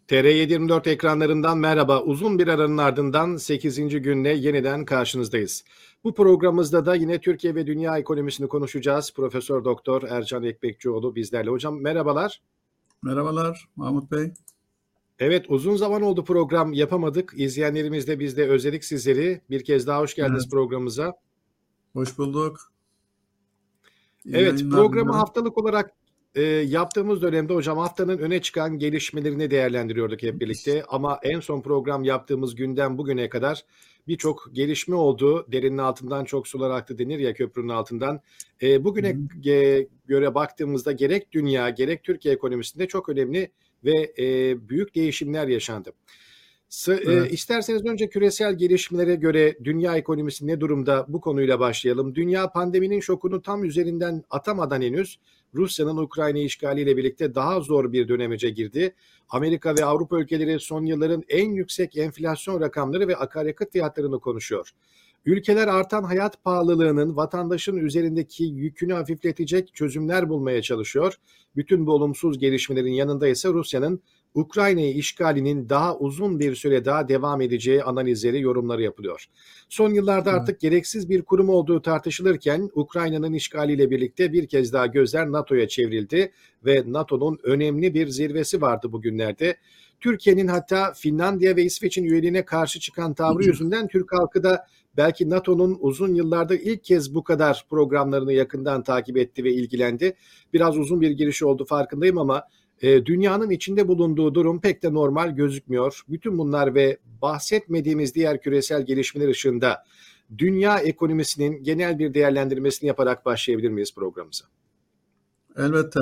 TR724 ekranlarından merhaba. Uzun bir aranın ardından 8. günle yeniden karşınızdayız. Bu programımızda da yine Türkiye ve dünya ekonomisini konuşacağız. Profesör Doktor Ercan Ekmekçioğlu bizlerle. Hocam merhabalar. Merhabalar Mahmut Bey. Evet, uzun zaman oldu program yapamadık. İzleyenlerimiz de biz de özledik sizleri. Bir kez daha hoş geldiniz programımıza. Hoş bulduk. Evet, programı haftalık olarak yaptığımız dönemde hocam haftanın öne çıkan gelişmelerini değerlendiriyorduk hep birlikte. Ama en son program yaptığımız günden bugüne kadar birçok gelişme oldu. Derinin altından çok sular aktı denir ya, köprünün altından. Bugüne göre baktığımızda gerek dünya gerek Türkiye ekonomisinde çok önemli ve büyük değişimler yaşandı. Evet. İsterseniz önce küresel gelişmelere göre dünya ekonomisi ne durumda, bu konuyla başlayalım. Dünya pandeminin şokunu tam üzerinden atamadan henüz Rusya'nın Ukrayna işgaliyle birlikte daha zor bir dönemece girdi. Amerika ve Avrupa ülkeleri son yılların en yüksek enflasyon rakamları ve akaryakıt fiyatlarını konuşuyor. Ülkeler artan hayat pahalılığının vatandaşın üzerindeki yükünü hafifletecek çözümler bulmaya çalışıyor. Bütün bu olumsuz gelişmelerin yanında ise Rusya'nın Ukrayna'yı işgalinin daha uzun bir süre daha devam edeceği analizleri, yorumları yapılıyor. Son yıllarda artık gereksiz bir kurum olduğu tartışılırken Ukrayna'nın işgaliyle birlikte bir kez daha gözler NATO'ya çevrildi ve NATO'nun önemli bir zirvesi vardı bugünlerde. Türkiye'nin hatta Finlandiya ve İsveç'in üyeliğine karşı çıkan tavrı yüzünden Türk halkı da belki NATO'nun uzun yıllarda ilk kez bu kadar programlarını yakından takip etti ve ilgilendi. Biraz uzun bir giriş oldu, farkındayım, ama dünyanın içinde bulunduğu durum pek de normal gözükmüyor. Bütün bunlar ve bahsetmediğimiz diğer küresel gelişmeler ışığında dünya ekonomisinin genel bir değerlendirmesini yaparak başlayabilir miyiz programımıza? Elbette.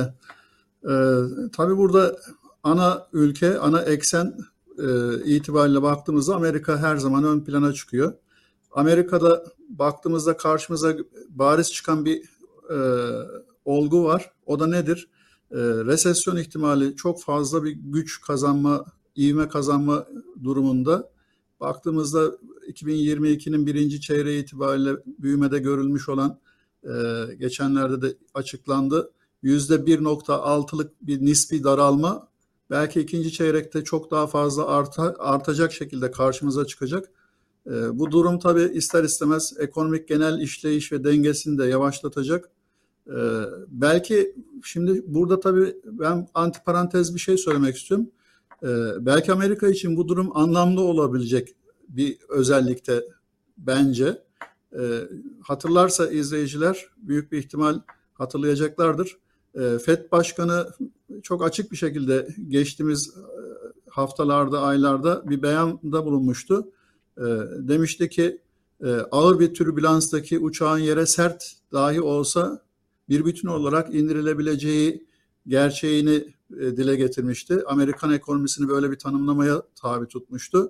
Tabii burada ana ülke, ana eksen itibariyle baktığımızda Amerika her zaman ön plana çıkıyor. Amerika'da baktığımızda karşımıza bariz çıkan bir olgu var. O da nedir? Resesyon ihtimali çok fazla bir güç kazanma, ivme kazanma durumunda. Baktığımızda 2022'nin birinci çeyreği itibariyle büyümede görülmüş olan geçenlerde de açıklandı. %1.6'lık bir nispi daralma belki ikinci çeyrekte çok daha fazla artacak şekilde karşımıza çıkacak. Bu durum tabii ister istemez ekonomik genel işleyiş ve dengesini de yavaşlatacak. Belki şimdi burada tabii ben antiparantez bir şey söylemek istiyorum. Belki Amerika için bu durum anlamlı olabilecek bir özellikte bence. Hatırlarsa izleyiciler büyük bir ihtimal hatırlayacaklardır. FED Başkanı çok açık bir şekilde geçtiğimiz haftalarda, aylarda bir beyanda bulunmuştu. Demişti ki ağır bir türbülanstaki uçağın yere sert dahi olsa bir bütün olarak indirilebileceği gerçeğini dile getirmişti. Amerikan ekonomisini böyle bir tanımlamaya tabi tutmuştu.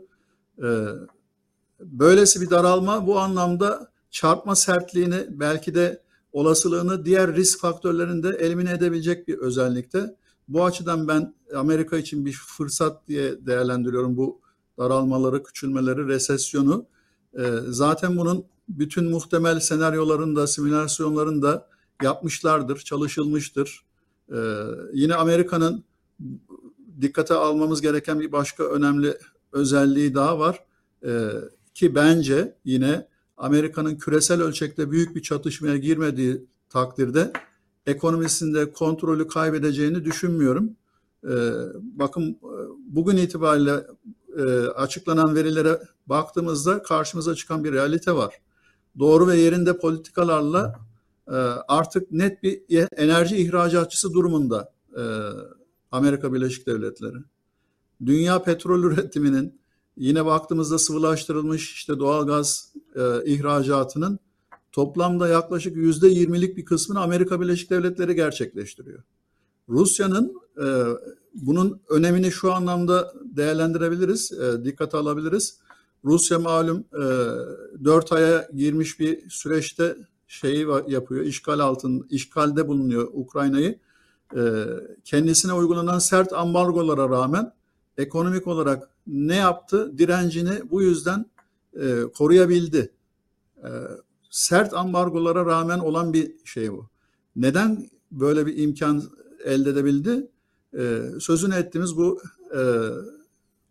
Böylesi bir daralma bu anlamda çarpma sertliğini, belki de olasılığını diğer risk faktörlerinde elimine edebilecek bir özellikte. Bu açıdan ben Amerika için bir fırsat diye değerlendiriyorum bu daralmaları, küçülmeleri, resesyonu. Zaten bunun bütün muhtemel senaryolarında, simülasyonlarında yapmışlardır, çalışılmıştır. Yine Amerika'nın dikkate almamız gereken bir başka önemli özelliği daha var. Ki bence yine Amerika'nın küresel ölçekte büyük bir çatışmaya girmediği takdirde ekonomisinde kontrolü kaybedeceğini düşünmüyorum. Bakın bugün itibariyle açıklanan verilere baktığımızda karşımıza çıkan bir realite var. Doğru ve yerinde politikalarla artık net bir enerji ihracatçısı durumunda Amerika Birleşik Devletleri. Dünya petrol üretiminin, yine baktığımızda sıvılaştırılmış işte doğalgaz ihracatının toplamda yaklaşık %20'lik bir kısmını Amerika Birleşik Devletleri gerçekleştiriyor. Rusya'nın bunun önemini şu anlamda değerlendirebiliriz, dikkate alabiliriz. Rusya malum 4 aya girmiş bir süreçte şeyi yapıyor, işgalde bulunuyor Ukrayna'yı. Kendisine uygulanan sert ambargolara rağmen ekonomik olarak ne yaptı? Direncini bu yüzden koruyabildi. Sert ambargolara rağmen olan bir şey bu. Neden böyle bir imkan elde edebildi? Sözünü ettiğimiz bu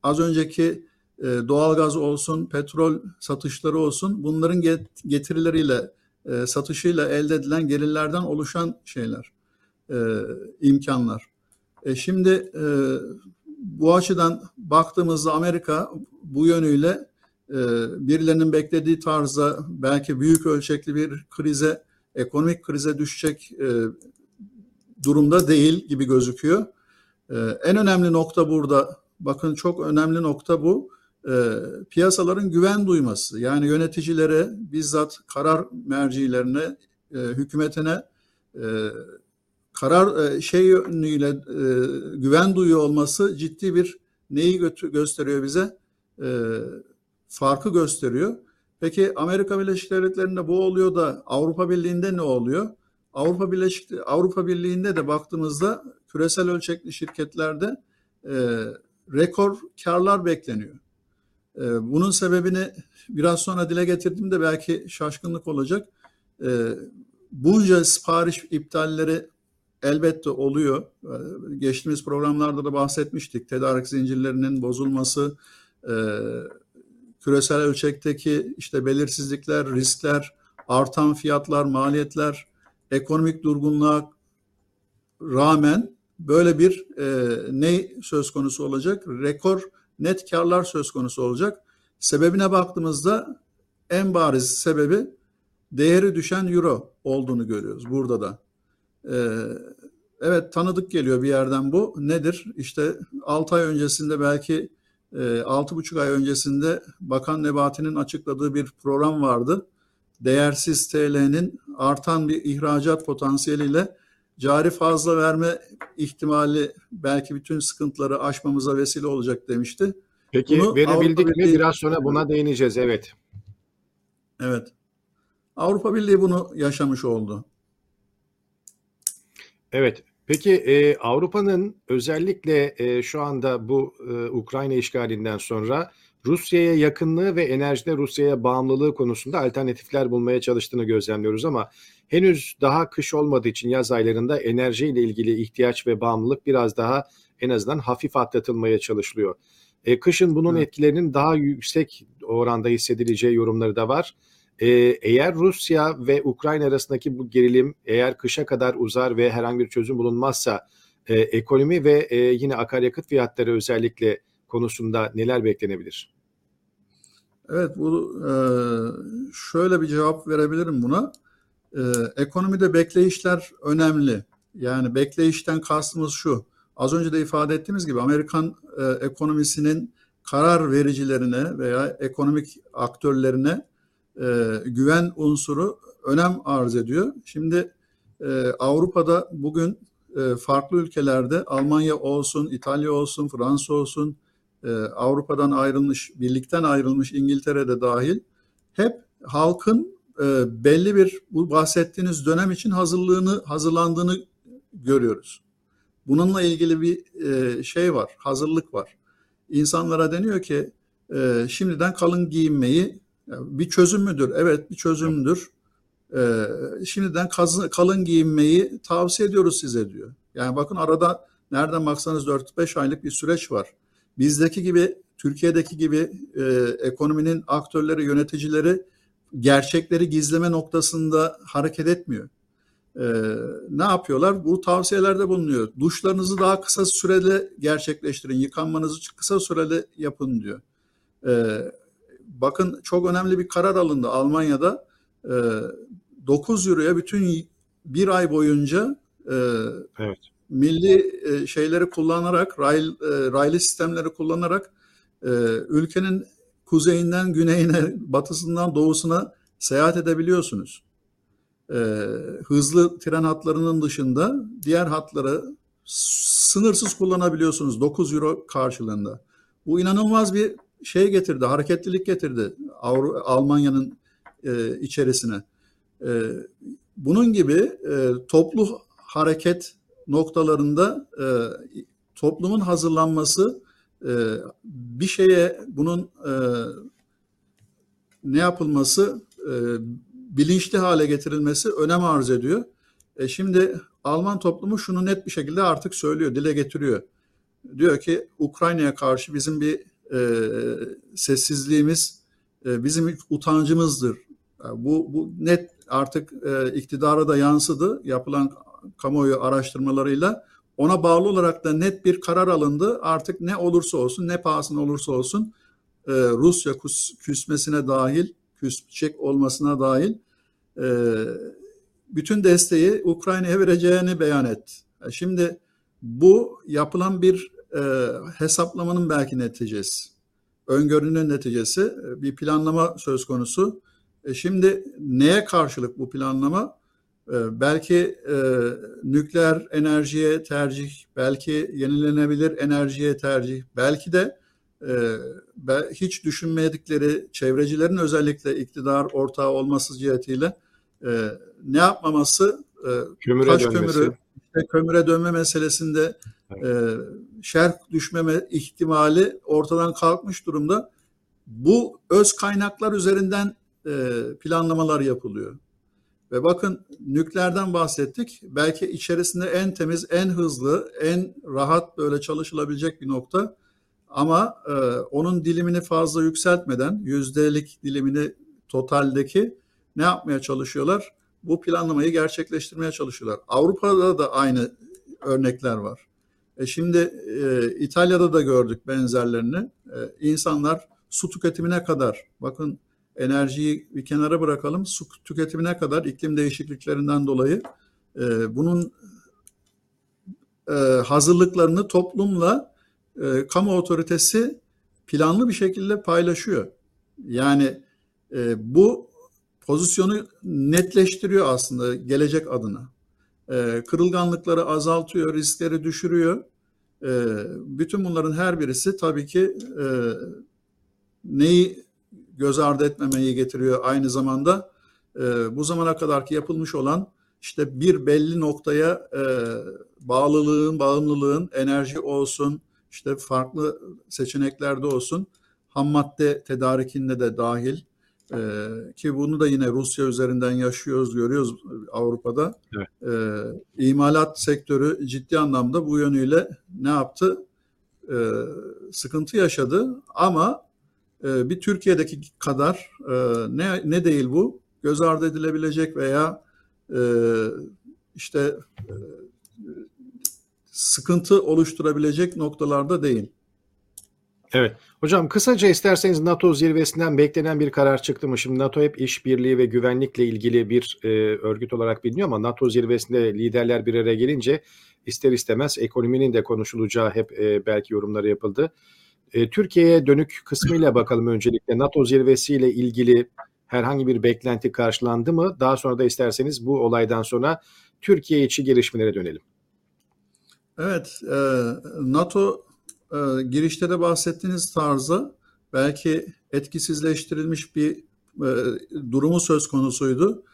az önceki doğalgaz olsun, petrol satışları olsun, bunların getirileriyle, satışıyla elde edilen gelirlerden oluşan şeyler, imkanlar. Şimdi bu açıdan baktığımızda Amerika bu yönüyle birilerinin beklediği tarzda belki büyük ölçekli bir krize, ekonomik krize düşecek durumda değil gibi gözüküyor. En önemli nokta burada, bakın çok önemli nokta bu, piyasaların güven duyması. Yani yöneticilere, bizzat karar mercilerine, hükümetine karar yönüyle güven duyuyor olması ciddi bir neyi gösteriyor bize? Farkı gösteriyor. Peki Amerika Birleşik Devletleri'nde bu oluyor da Avrupa Birliği'nde ne oluyor? Avrupa Birliği'nde de baktığımızda küresel ölçekli şirketlerde rekor karlar bekleniyor. Bunun sebebini biraz sonra dile getirdiğimde belki şaşkınlık olacak. Bunca sipariş iptalleri elbette oluyor. Geçtiğimiz programlarda da bahsetmiştik. Tedarik zincirlerinin bozulması, küresel ölçekteki işte belirsizlikler, riskler, artan fiyatlar, maliyetler, ekonomik durgunluğa rağmen böyle bir ne söz konusu olacak? Rekor net karlar söz konusu olacak. Sebebine baktığımızda en bariz sebebi değeri düşen euro olduğunu görüyoruz burada da. Evet, tanıdık geliyor bir yerden bu. Nedir? İşte 6 ay öncesinde, belki 6,5 ay öncesinde Bakan Nebati'nin açıkladığı bir program vardı. Değersiz TL'nin artan bir ihracat potansiyeliyle cari fazla verme ihtimali belki bütün sıkıntıları aşmamıza vesile olacak demişti. Peki Bunu verebildik mi? Birliği, Biraz sonra buna değineceğiz. Evet. evet, Avrupa Birliği bunu yaşamış oldu. Evet. Peki Avrupa'nın özellikle şu anda bu Ukrayna işgalinden sonra Rusya'ya yakınlığı ve enerjide Rusya'ya bağımlılığı konusunda alternatifler bulmaya çalıştığını gözlemliyoruz ama henüz daha kış olmadığı için yaz aylarında enerjiyle ilgili ihtiyaç ve bağımlılık biraz daha en azından hafif atlatılmaya çalışılıyor. Kışın bunun Evet. etkilerinin daha yüksek oranda hissedileceği yorumları da var. Eğer Rusya ve Ukrayna arasındaki bu gerilim eğer kışa kadar uzar ve herhangi bir çözüm bulunmazsa ekonomi ve yine akaryakıt fiyatları özellikle konusunda neler beklenebilir? Evet, bu şöyle bir cevap verebilirim buna. Ekonomide bekleyişler önemli. Yani bekleyişten kastımız şu. Az önce de ifade ettiğimiz gibi Amerikan ekonomisinin karar vericilerine veya ekonomik aktörlerine güven unsuru önem arz ediyor. Şimdi Avrupa'da bugün farklı ülkelerde, Almanya olsun, İtalya olsun, Fransa olsun, Avrupa'dan ayrılmış, birlikten ayrılmış İngiltere'de dahil, hep halkın belli bir bu bahsettiğiniz dönem için hazırlandığını görüyoruz. Bununla ilgili bir şey var, hazırlık var. İnsanlara deniyor ki şimdiden kalın giyinmeyi, bir çözüm müdür? Evet, bir çözümdür. Şimdiden kalın giyinmeyi tavsiye ediyoruz size diyor. Yani bakın, arada nereden baksanız 4-5 aylık bir süreç var. Bizdeki gibi, Türkiye'deki gibi ekonominin aktörleri, yöneticileri gerçekleri gizleme noktasında hareket etmiyor. Ne yapıyorlar? Bu tavsiyelerde bulunuyor. Duşlarınızı daha kısa sürede gerçekleştirin, yıkanmanızı kısa sürede yapın diyor. Bakın, çok önemli bir karar alındı Almanya'da. 9 euroya bütün bir ay boyunca Evet. milli şeyleri kullanarak, raylı sistemleri kullanarak ülkenin kuzeyinden güneyine, batısından doğusuna seyahat edebiliyorsunuz. Hızlı tren hatlarının dışında diğer hatları sınırsız kullanabiliyorsunuz 9 euro karşılığında. Bu inanılmaz bir şey getirdi, hareketlilik getirdi Almanya'nın içerisine. Bunun gibi toplu hareket noktalarında toplumun hazırlanması, bir şeye bunun ne yapılması, bilinçli hale getirilmesi önem arz ediyor. Şimdi Alman toplumu şunu net bir şekilde artık söylüyor, dile getiriyor. Diyor ki Ukrayna'ya karşı bizim bir sessizliğimiz bizim utancımızdır. Bu net artık iktidara da yansıdı. Yapılan kamuoyu araştırmalarıyla ona bağlı olarak da net bir karar alındı. Artık ne olursa olsun, ne pahasına olursa olsun Rusya küsmesine dahil, küsecek olmasına dahil bütün desteği Ukrayna'ya vereceğini beyan etti. Şimdi bu yapılan bir hesaplamanın belki neticesi, öngörünün neticesi, bir planlama söz konusu. Şimdi neye karşılık bu planlama? Belki nükleer enerjiye tercih, belki yenilenebilir enerjiye tercih, belki de hiç düşünmedikleri çevrecilerin özellikle iktidar ortağı olması cihetiyle ne yapmaması, taş kömürü, kömüre dönme meselesinde şerh düşmeme ihtimali ortadan kalkmış durumda. Bu öz kaynaklar üzerinden planlamalar yapılıyor. Ve bakın nükleerden bahsettik. Belki içerisinde en temiz, en hızlı, en rahat böyle çalışılabilecek bir nokta. Ama onun dilimini fazla yükseltmeden, yüzdelik dilimini totaldeki ne yapmaya çalışıyorlar? Bu planlamayı gerçekleştirmeye çalışıyorlar. Avrupa'da da aynı örnekler var. Şimdi İtalya'da da gördük benzerlerini. İnsanlar su tüketimine kadar, bakın enerjiyi bir kenara bırakalım, su tüketimine kadar iklim değişikliklerinden dolayı bunun hazırlıklarını toplumla kamu otoritesi planlı bir şekilde paylaşıyor. Yani bu pozisyonu netleştiriyor aslında gelecek adına. Kırılganlıkları azaltıyor, riskleri düşürüyor. Bütün bunların her birisi tabii ki neyi göz ardı etmemeyi getiriyor aynı zamanda bu zamana kadarki yapılmış olan işte bir belli noktaya bağımlılığın enerji olsun, işte farklı seçeneklerde olsun, ham madde tedarikinde de dahil ki bunu da yine Rusya üzerinden yaşıyoruz, görüyoruz Avrupa'da. Evet. İmalat sektörü ciddi anlamda bu yönüyle ne yaptı? Sıkıntı yaşadı ama bir Türkiye'deki kadar ne değil bu? Göz ardı edilebilecek veya sıkıntı oluşturabilecek noktalarda değil. Evet. Hocam kısaca isterseniz NATO zirvesinden beklenen bir karar çıktı mı? Şimdi NATO hep işbirliği ve güvenlikle ilgili bir örgüt olarak biliniyor ama NATO zirvesinde liderler bir araya gelince ister istemez ekonominin de konuşulacağı hep belki yorumları yapıldı. Türkiye'ye dönük kısmıyla bakalım öncelikle. NATO zirvesiyle ilgili herhangi bir beklenti karşılandı mı? Daha sonra da isterseniz bu olaydan sonra Türkiye içi gelişmelere dönelim. Evet, NATO girişte de bahsettiğiniz tarzda belki etkisizleştirilmiş bir durumu söz konusuydu.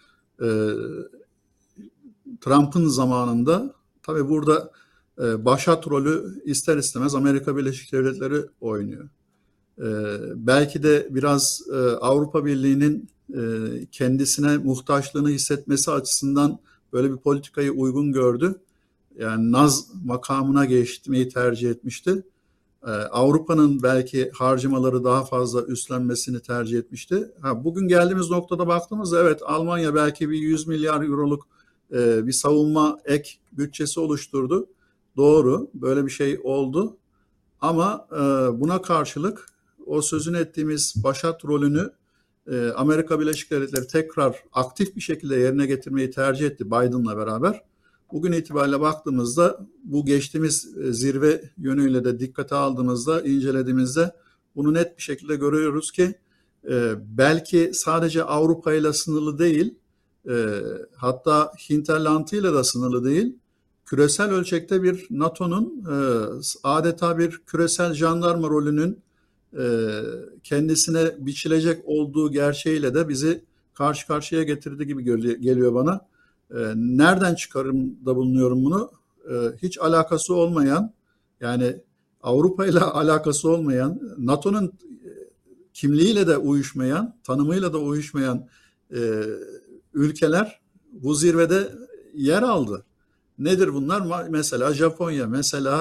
Trump'ın zamanında tabii burada başat rolü ister istemez Amerika Birleşik Devletleri oynuyor. Belki de biraz Avrupa Birliği'nin kendisine muhtaçlığını hissetmesi açısından böyle bir politikayı uygun gördü. Yani naz makamına geçmeyi tercih etmişti. Avrupa'nın belki harcamaları daha fazla üstlenmesini tercih etmişti. Bugün geldiğimiz noktada baktığımızda evet Almanya belki bir 100 milyar euroluk bir savunma ek bütçesi oluşturdu. Doğru, böyle bir şey oldu. Ama buna karşılık o sözünü ettiğimiz başat rolünü Amerika Birleşik Devletleri tekrar aktif bir şekilde yerine getirmeyi tercih etti Biden'la beraber. Bugün itibariyle baktığımızda bu geçtiğimiz zirve yönüyle de dikkate aldığımızda, incelediğimizde bunu net bir şekilde görüyoruz ki belki sadece Avrupa ile sınırlı değil, hatta Hinterland'ı ile de sınırlı değil, küresel ölçekte bir NATO'nun adeta bir küresel jandarma rolünün kendisine biçilecek olduğu gerçeğiyle de bizi karşı karşıya getirdiği gibi geliyor bana. Nereden çıkarımda bulunuyorum bunu? Hiç alakası olmayan, yani Avrupa ile alakası olmayan, NATO'nun kimliğiyle de uyuşmayan, tanımıyla da uyuşmayan ülkeler bu zirvede yer aldı. Nedir bunlar? Mesela Japonya, mesela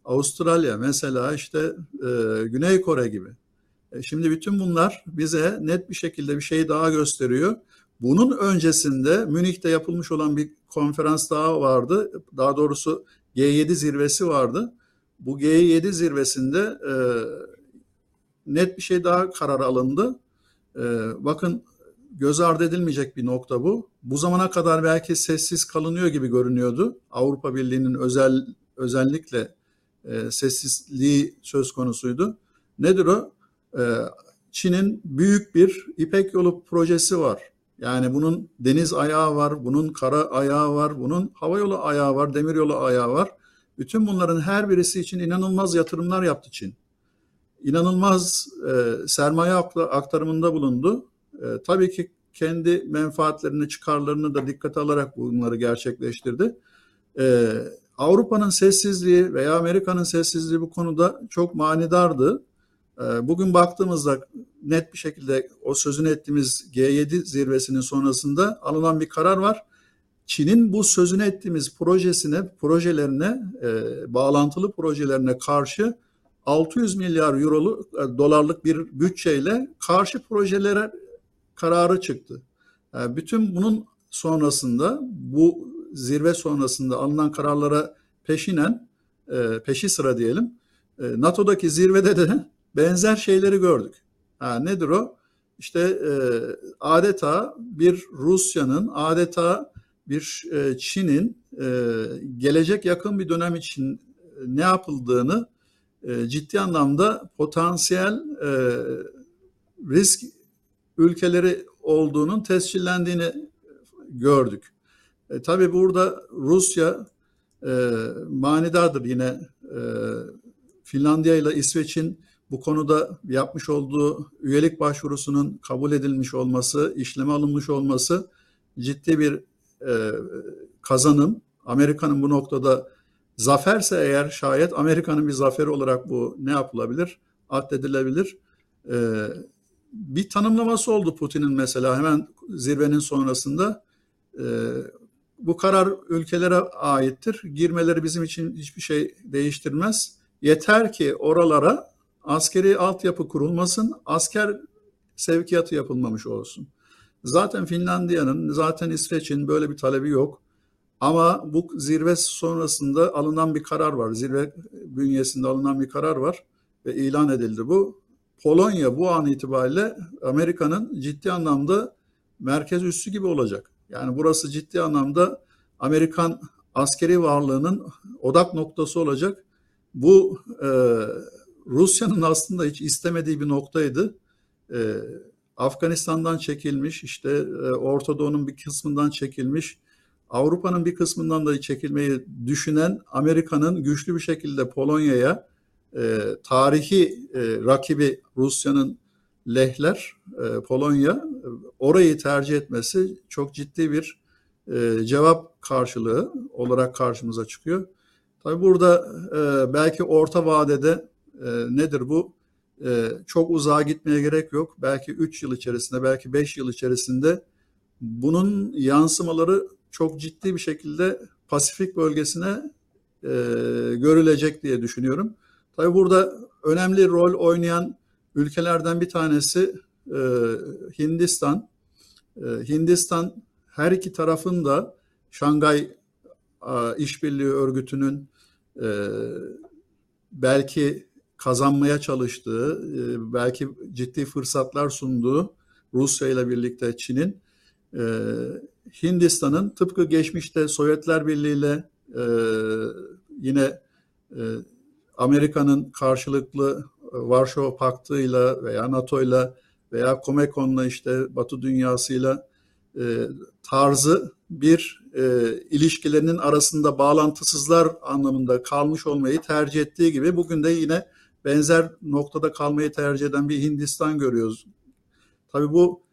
Avustralya, mesela işte Güney Kore gibi. Şimdi bütün bunlar bize net bir şekilde bir şey daha gösteriyor. Bunun öncesinde Münih'te yapılmış olan bir konferans daha vardı. Daha doğrusu G7 zirvesi vardı. Bu G7 zirvesinde net bir şey daha karar alındı. Bakın, göz ardı edilmeyecek bir nokta bu. Bu zamana kadar belki sessiz kalınıyor gibi görünüyordu. Avrupa Birliği'nin özellikle sessizliği söz konusuydu. Nedir o? Çin'in büyük bir İpek Yolu projesi var. Yani bunun deniz ayağı var, bunun kara ayağı var, bunun hava yolu ayağı var, demir yolu ayağı var. Bütün bunların her birisi için inanılmaz yatırımlar yaptı Çin. İnanılmaz sermaye aktarımında bulundu. Tabii ki kendi menfaatlerini, çıkarlarını da dikkate alarak bunları gerçekleştirdi. Avrupa'nın sessizliği veya Amerika'nın sessizliği bu konuda çok manidardı. Bugün baktığımızda net bir şekilde o sözünü ettiğimiz G7 zirvesinin sonrasında alınan bir karar var. Çin'in bu sözünü ettiğimiz projelerine, bağlantılı projelerine karşı 600 milyar dolarlık bir bütçeyle karşı projelere kararı çıktı. Bütün bunun sonrasında, bu zirve sonrasında alınan kararlara peşi sıra diyelim, NATO'daki zirvede de benzer şeyleri gördük. Nedir o? İşte adeta bir Rusya'nın, adeta bir Çin'in gelecek yakın bir dönem için ne yapıldığını, ciddi anlamda potansiyel risk ülkeleri olduğunun tescillendiğini gördük. Tabii burada Rusya manidardır yine. Finlandiya ile İsveç'in bu konuda yapmış olduğu üyelik başvurusunun kabul edilmiş olması, işleme alınmış olması ciddi bir kazanım. Amerika'nın bu noktada zaferse eğer, şayet Amerika'nın bir zaferi olarak bu ne yapılabilir? Addedilebilir. Bir tanımlaması oldu Putin'in mesela hemen zirvenin sonrasında. Bu karar ülkelere aittir. Girmeleri bizim için hiçbir şey değiştirmez. Yeter ki oralara askeri altyapı kurulmasın, asker sevkiyatı yapılmamış olsun. Zaten Finlandiya'nın, zaten İsveç'in böyle bir talebi yok. Ama bu zirve sonrasında alınan bir karar var. Zirve bünyesinde alınan bir karar var ve ilan edildi bu. Polonya bu an itibariyle Amerika'nın ciddi anlamda merkez üssü gibi olacak. Yani burası ciddi anlamda Amerikan askeri varlığının odak noktası olacak. Bu Rusya'nın aslında hiç istemediği bir noktaydı. Afganistan'dan çekilmiş, işte Orta Doğu'nun bir kısmından çekilmiş, Avrupa'nın bir kısmından da çekilmeyi düşünen Amerika'nın güçlü bir şekilde Polonya'ya, tarihi rakibi Rusya'nın lehler, Polonya, orayı tercih etmesi çok ciddi bir cevap karşılığı olarak karşımıza çıkıyor. Tabii burada belki orta vadede nedir bu? Çok uzağa gitmeye gerek yok. Belki 3 yıl içerisinde, belki 5 yıl içerisinde bunun yansımaları çok ciddi bir şekilde Pasifik bölgesine görülecek diye düşünüyorum. Tabii burada önemli rol oynayan ülkelerden bir tanesi Hindistan. Hindistan her iki tarafın da Şangay İşbirliği Örgütü'nün belki kazanmaya çalıştığı, belki ciddi fırsatlar sunduğu Rusya ile birlikte Çin'in, Hindistan'ın tıpkı geçmişte Sovyetler Birliği ile yine Amerika'nın karşılıklı Varşova Paktı'yla veya NATO'yla veya COMECON'la, işte Batı dünyasıyla tarzı bir ilişkilerinin arasında bağlantısızlar anlamında kalmış olmayı tercih ettiği gibi bugün de yine benzer noktada kalmayı tercih eden bir Hindistan görüyoruz. Tabii bu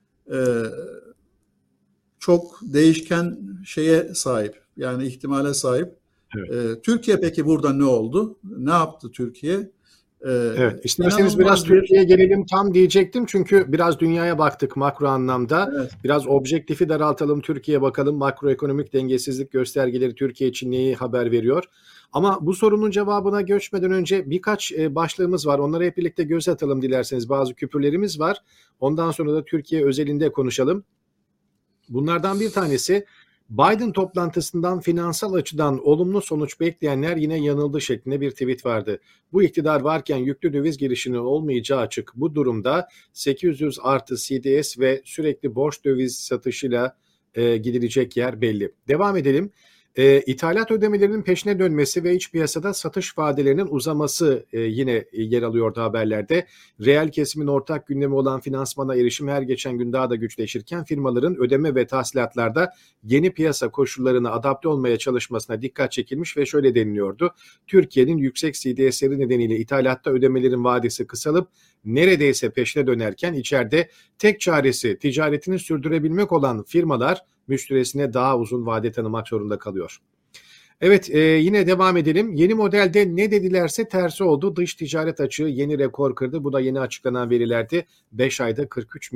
çok değişken şeye sahip, yani ihtimale sahip. Evet. Türkiye peki burada ne oldu? Ne yaptı Türkiye? Evet, isterseniz biraz İnanılmaz bir Türkiye'ye gelelim tam diyecektim çünkü biraz dünyaya baktık makro anlamda. evet, Biraz objektifi daraltalım, Türkiye'ye bakalım. Makroekonomik dengesizlik göstergeleri Türkiye için neyi haber veriyor? Ama bu sorunun cevabına geçmeden önce birkaç başlığımız var. Onları hep birlikte göz atalım dilerseniz. Bazı küpürlerimiz var. Ondan sonra da Türkiye özelinde konuşalım. Bunlardan bir tanesi Biden toplantısından finansal açıdan olumlu sonuç bekleyenler yine yanıldı şeklinde bir tweet vardı. Bu iktidar varken yüklü döviz girişinin olmayacağı açık. Bu durumda 800 artı CDS ve sürekli borç döviz satışıyla gidilecek yer belli. Devam edelim. İthalat ödemelerinin peşine dönmesi ve iç piyasada satış vadelerinin uzaması yine yer alıyordu haberlerde. Reel kesimin ortak gündemi olan finansmana erişim her geçen gün daha da güçleşirken firmaların ödeme ve tahsilatlarda yeni piyasa koşullarına adapte olmaya çalışmasına dikkat çekilmiş ve şöyle deniliyordu. Türkiye'nin yüksek CDS'leri nedeniyle ithalatta ödemelerin vadesi kısalıp neredeyse peşine dönerken içeride tek çaresi ticaretini sürdürebilmek olan firmalar müşterisine daha uzun vade tanımak zorunda kalıyor. Evet, yine devam edelim. Yeni modelde ne dedilerse tersi oldu. Dış ticaret açığı yeni rekor kırdı. Bu da yeni açıklanan verilerdi. 5 ayda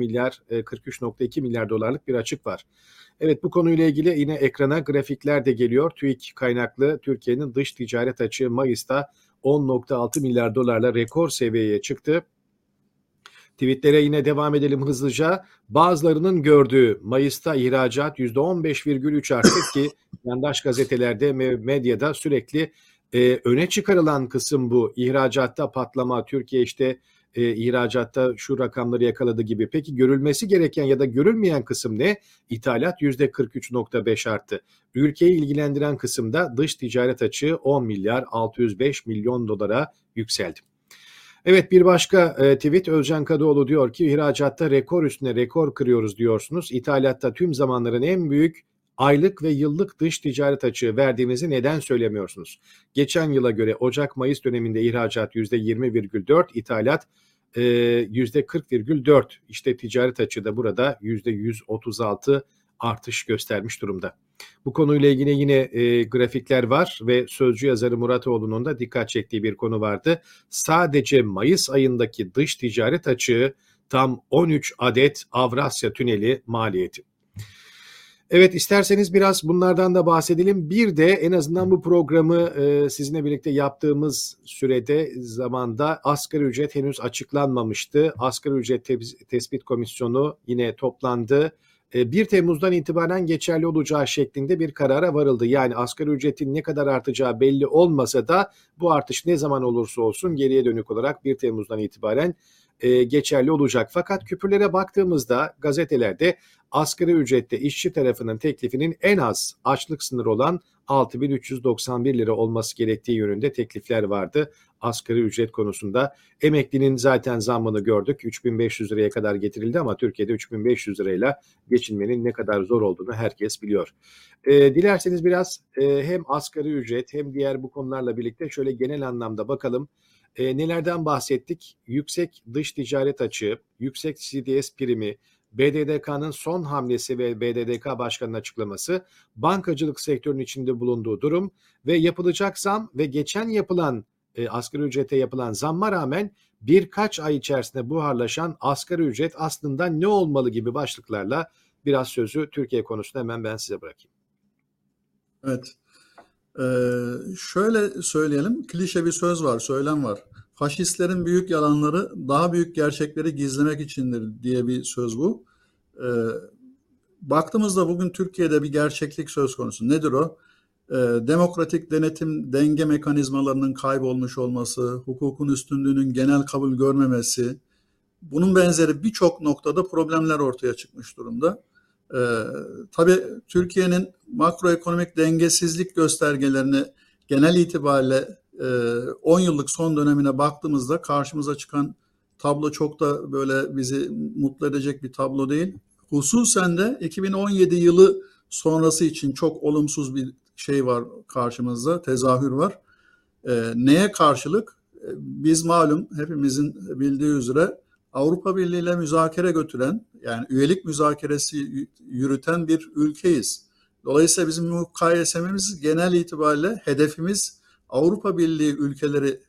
43.2 milyar dolarlık bir açık var. Evet, bu konuyla ilgili yine ekrana grafikler de geliyor. TÜİK kaynaklı Türkiye'nin dış ticaret açığı Mayıs'ta 10.6 milyar dolarla rekor seviyeye çıktı. Tweetlere yine devam edelim hızlıca. Bazılarının gördüğü Mayıs'ta ihracat %15,3 arttı ki yandaş gazetelerde ve medyada sürekli öne çıkarılan kısım bu. İhracatta patlama, Türkiye işte ihracatta şu rakamları yakaladı gibi. Peki görülmesi gereken ya da görülmeyen kısım ne? İthalat %43,5 arttı. Ülkeyi ilgilendiren kısımda dış ticaret açığı 10 milyar 605 milyon dolara yükseldi. Evet, bir başka tweet Özcan Kadıoğlu diyor ki ihracatta rekor üstüne rekor kırıyoruz diyorsunuz. İthalatta tüm zamanların en büyük aylık ve yıllık dış ticaret açığı verdiğimizi neden söylemiyorsunuz? Geçen yıla göre Ocak-Mayıs döneminde ihracat %20,4, ithalat %40,4. İşte ticaret açığı da burada %136 artış göstermiş durumda. Bu konuyla ilgili yine grafikler var ve sözcü yazarı Muratoğlu'nun da dikkat çektiği bir konu vardı. Sadece Mayıs ayındaki dış ticaret açığı tam 13 adet Avrasya Tüneli maliyeti. Evet, isterseniz biraz bunlardan da bahsedelim. Bir de en azından bu programı sizinle birlikte yaptığımız sürede zamanda asgari ücret henüz açıklanmamıştı. Asgari ücret tespit komisyonu yine toplandı. 1 Temmuz'dan itibaren geçerli olacağı şeklinde bir karara varıldı. Yani asgari ücretin ne kadar artacağı belli olmasa da bu artış ne zaman olursa olsun geriye dönük olarak 1 Temmuz'dan itibaren geçerli olacak. Fakat küpürlere baktığımızda gazetelerde asgari ücrette işçi tarafının teklifinin en az açlık sınırı olan 6.391 lira olması gerektiği yönünde teklifler vardı. Asgari ücret konusunda emeklinin zaten zammını gördük. 3.500 liraya kadar getirildi ama Türkiye'de 3.500 lirayla geçinmenin ne kadar zor olduğunu herkes biliyor. Dilerseniz biraz hem asgari ücret hem diğer bu konularla birlikte şöyle genel anlamda bakalım. Nelerden bahsettik? Yüksek dış ticaret açığı, yüksek CDS primi, BDDK'nın son hamlesi ve BDDK Başkanı'nın açıklaması, bankacılık sektörünün içinde bulunduğu durum ve yapılacak zam ve geçen yapılan asgari ücrete yapılan zamma rağmen birkaç ay içerisinde buharlaşan asgari ücret aslında ne olmalı gibi başlıklarla biraz sözü Türkiye konusunda hemen ben size bırakayım. evet. Şöyle söyleyelim, klişe bir söz var, söylem var. Faşistlerin büyük yalanları daha büyük gerçekleri gizlemek içindir diye bir söz bu. Baktığımızda bugün Türkiye'de bir gerçeklik söz konusu. Nedir o? Demokratik denetim denge mekanizmalarının kaybolmuş olması, hukukun üstünlüğünün genel kabul görmemesi, bunun benzeri birçok noktada problemler ortaya çıkmış durumda. Tabii Türkiye'nin makroekonomik dengesizlik göstergelerini genel itibariyle 10 yıllık son dönemine baktığımızda karşımıza çıkan tablo çok da böyle bizi mutlu edecek bir tablo değil. Hususen de 2017 yılı sonrası için çok olumsuz bir şey var karşımızda, tezahür var. Neye karşılık? Biz malum hepimizin bildiği üzere Avrupa Birliği ile müzakere götüren, yani üyelik müzakeresi yürüten bir ülkeyiz. Dolayısıyla bizim mukayesemiz genel itibariyle hedefimiz Avrupa Birliği ülkeleri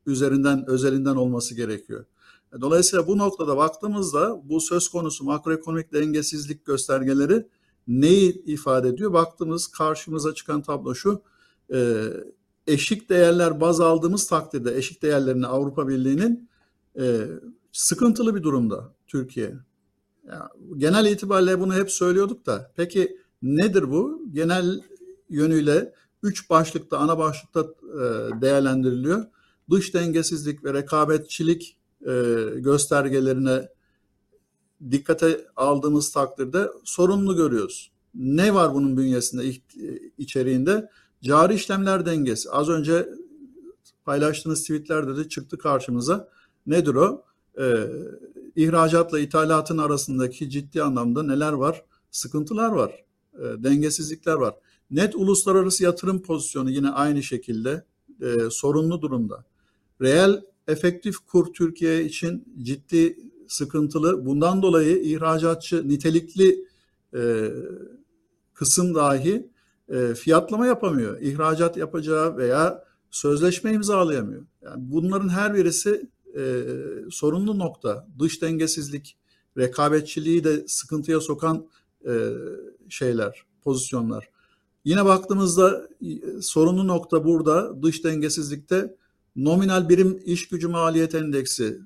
özelinden olması gerekiyor. Dolayısıyla bu noktada baktığımızda bu söz konusu makroekonomik dengesizlik göstergeleri neyi ifade ediyor? Baktığımız karşımıza çıkan tablo şu: eşik değerler baz aldığımız takdirde eşik değerlerini Avrupa Birliği'nin sıkıntılı bir durumda Türkiye. Yani genel itibariyle bunu hep söylüyorduk da peki nedir bu? Genel yönüyle 3 başlıkta, ana başlıkta değerlendiriliyor. Dış dengesizlik ve rekabetçilik göstergelerine dikkate aldığımız takdirde sorunlu görüyoruz. Ne var bunun bünyesinde, içeriğinde? Cari işlemler dengesi. Az önce paylaştığınız tweetlerde de çıktı karşımıza. Nedir o? İhracatla ithalatın arasındaki ciddi anlamda neler var? Sıkıntılar var, dengesizlikler var. Net uluslararası yatırım pozisyonu yine aynı şekilde sorunlu durumda. Reel efektif kur Türkiye için ciddi sıkıntılı. Bundan dolayı ihracatçı nitelikli kısım dahi fiyatlama yapamıyor. İhracat yapacağı veya sözleşme imzalayamıyor. Yani bunların her birisi sorunlu nokta. Dış dengesizlik, rekabetçiliği de sıkıntıya sokan şeyler, pozisyonlar. Yine baktığımızda sorunlu nokta burada dış dengesizlikte nominal birim iş gücü maliyet endeksi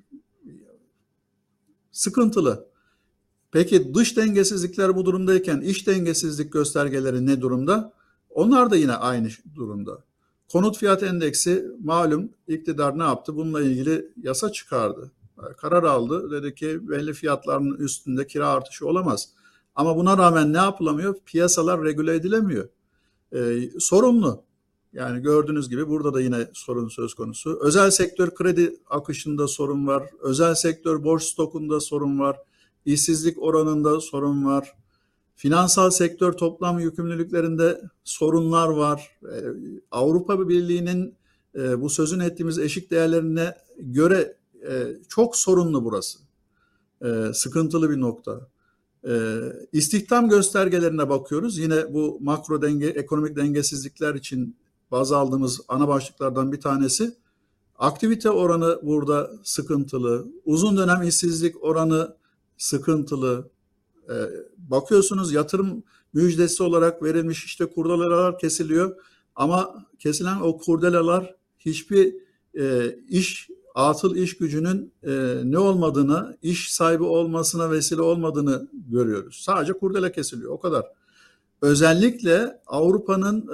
sıkıntılı. Peki dış dengesizlikler bu durumdayken iç dengesizlik göstergeleri ne durumda? Onlar da yine aynı durumda. Konut fiyat endeksi malum iktidar ne yaptı? Bununla ilgili yasa çıkardı. Karar aldı. Dedi ki belli fiyatların üstünde kira artışı olamaz. Ama buna rağmen ne yapılamıyor? Piyasalar regüle edilemiyor. Sorunlu. Yani gördüğünüz gibi burada da yine sorun söz konusu. Özel sektör kredi akışında sorun var. Özel sektör borç stokunda sorun var. İşsizlik oranında sorun var. Finansal sektör toplam yükümlülüklerinde sorunlar var. Avrupa Birliği'nin bu sözünü ettiğimiz eşik değerlerine göre çok sorunlu burası. Sıkıntılı bir nokta. İstihdam göstergelerine bakıyoruz. Yine bu makro ekonomik dengesizlikler için baz aldığımız ana başlıklardan bir tanesi. Aktivite oranı burada sıkıntılı. Uzun dönem işsizlik oranı sıkıntılı. Bakıyorsunuz yatırım müjdesi olarak verilmiş işte kurdelalar kesiliyor. Ama kesilen o kurdelalar hiçbir atıl iş gücünün ne olmadığını, iş sahibi olmasına vesile olmadığını görüyoruz. Sadece kurdele kesiliyor, o kadar. Özellikle Avrupa'nın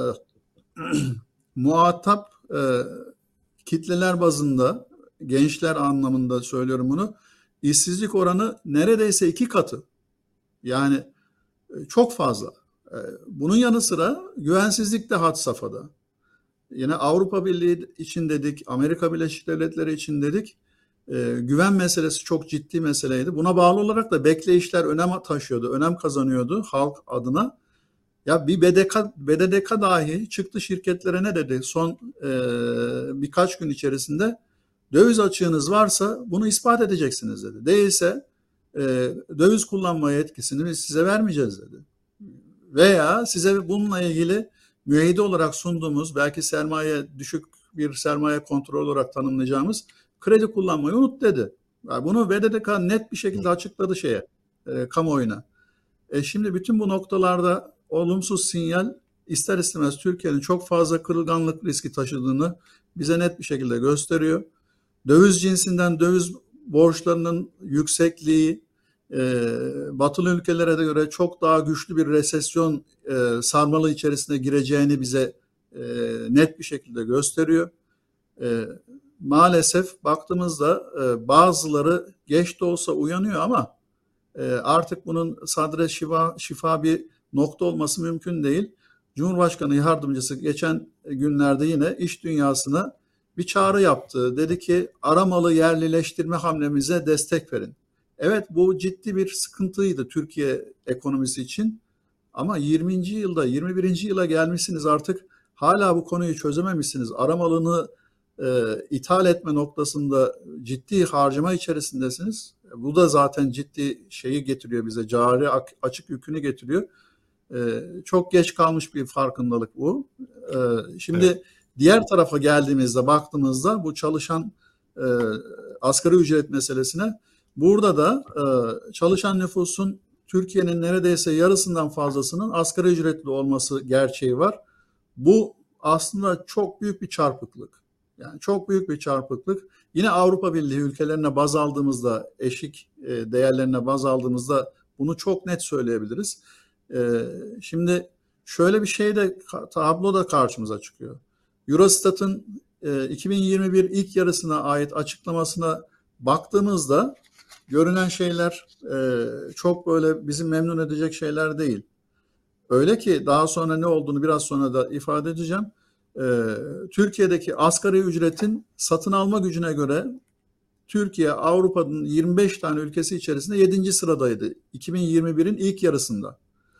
muhatap kitleler bazında, gençler anlamında söylüyorum bunu, işsizlik oranı neredeyse 2 katı. Yani çok fazla. Bunun yanı sıra güvensizlik de had safhada. Yine Avrupa Birliği için dedik, Amerika Birleşik Devletleri için dedik. Güven meselesi çok ciddi meseleydi. Buna bağlı olarak da bekleyişler önem taşıyordu, önem kazanıyordu halk adına. Ya bir BDDK dahi çıktı şirketlere ne dedi? Son birkaç gün içerisinde döviz açığınız varsa bunu ispat edeceksiniz dedi. Değilse döviz kullanma yetkisini biz size vermeyeceğiz dedi. Veya size bununla ilgili müeyyide olarak sunduğumuz belki düşük bir sermaye kontrolü olarak tanımlayacağımız kredi kullanmayı unut dedi. Yani bunu BDDK net bir şekilde açıkladı kamuoyuna. Şimdi bütün bu noktalarda olumsuz sinyal ister istemez Türkiye'nin çok fazla kırılganlık riski taşıdığını bize net bir şekilde gösteriyor. Döviz cinsinden döviz borçlarının yüksekliği batılı ülkelere de göre çok daha güçlü bir resesyon sarmalı içerisine gireceğini bize net bir şekilde gösteriyor. Maalesef baktığımızda bazıları geç de olsa uyanıyor ama artık bunun sadre şifa bir nokta olması mümkün değil. Cumhurbaşkanı yardımcısı geçen günlerde yine iş dünyasına bir çağrı yaptı. Dedi ki aramalı yerlileştirme hamlemize destek verin. Evet, bu ciddi bir sıkıntıydı Türkiye ekonomisi için. Ama 20. yılda 21. yıla gelmişsiniz, artık hala bu konuyu çözememişsiniz. Aramalını ithal etme noktasında ciddi harcama içerisindesiniz. Bu da zaten ciddi şeyi getiriyor bize, cari açık yükünü getiriyor. Çok geç kalmış bir farkındalık bu. Şimdi evet, Diğer tarafa geldiğimizde baktığımızda bu çalışan asgari ücret meselesine, burada da çalışan nüfusun Türkiye'nin neredeyse yarısından fazlasının asgari ücretli olması gerçeği var. Bu aslında çok büyük bir çarpıklık. Yani çok büyük bir çarpıklık. Yine Avrupa Birliği ülkelerine baz aldığımızda, eşik değerlerine baz aldığımızda bunu çok net söyleyebiliriz. Şimdi şöyle bir şey de, tablo da karşımıza çıkıyor. Eurostat'ın 2021 ilk yarısına ait açıklamasına baktığımızda görünen şeyler çok böyle bizi memnun edecek şeyler değil. Öyle ki daha sonra ne olduğunu biraz sonra da ifade edeceğim. Türkiye'deki asgari ücretin satın alma gücüne göre Türkiye Avrupa'nın 25 tane ülkesi içerisinde 7. sıradaydı 2021'in ilk yarısında.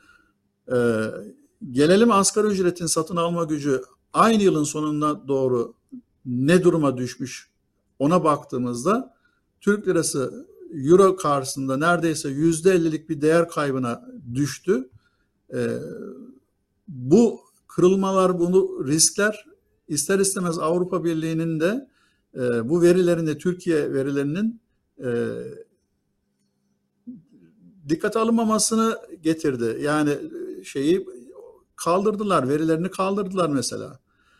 Gelelim asgari ücretin satın alma gücü aynı yılın sonuna doğru ne duruma düşmüş ona baktığımızda Türk lirası euro karşısında neredeyse %50'lik bir değer kaybına düştü. Bu kırılmalar, bu riskler ister istemez Avrupa Birliği'nin de bu verilerini, Türkiye verilerinin dikkate alınmamasını getirdi. Yani şeyi kaldırdılar, verilerini kaldırdılar mesela.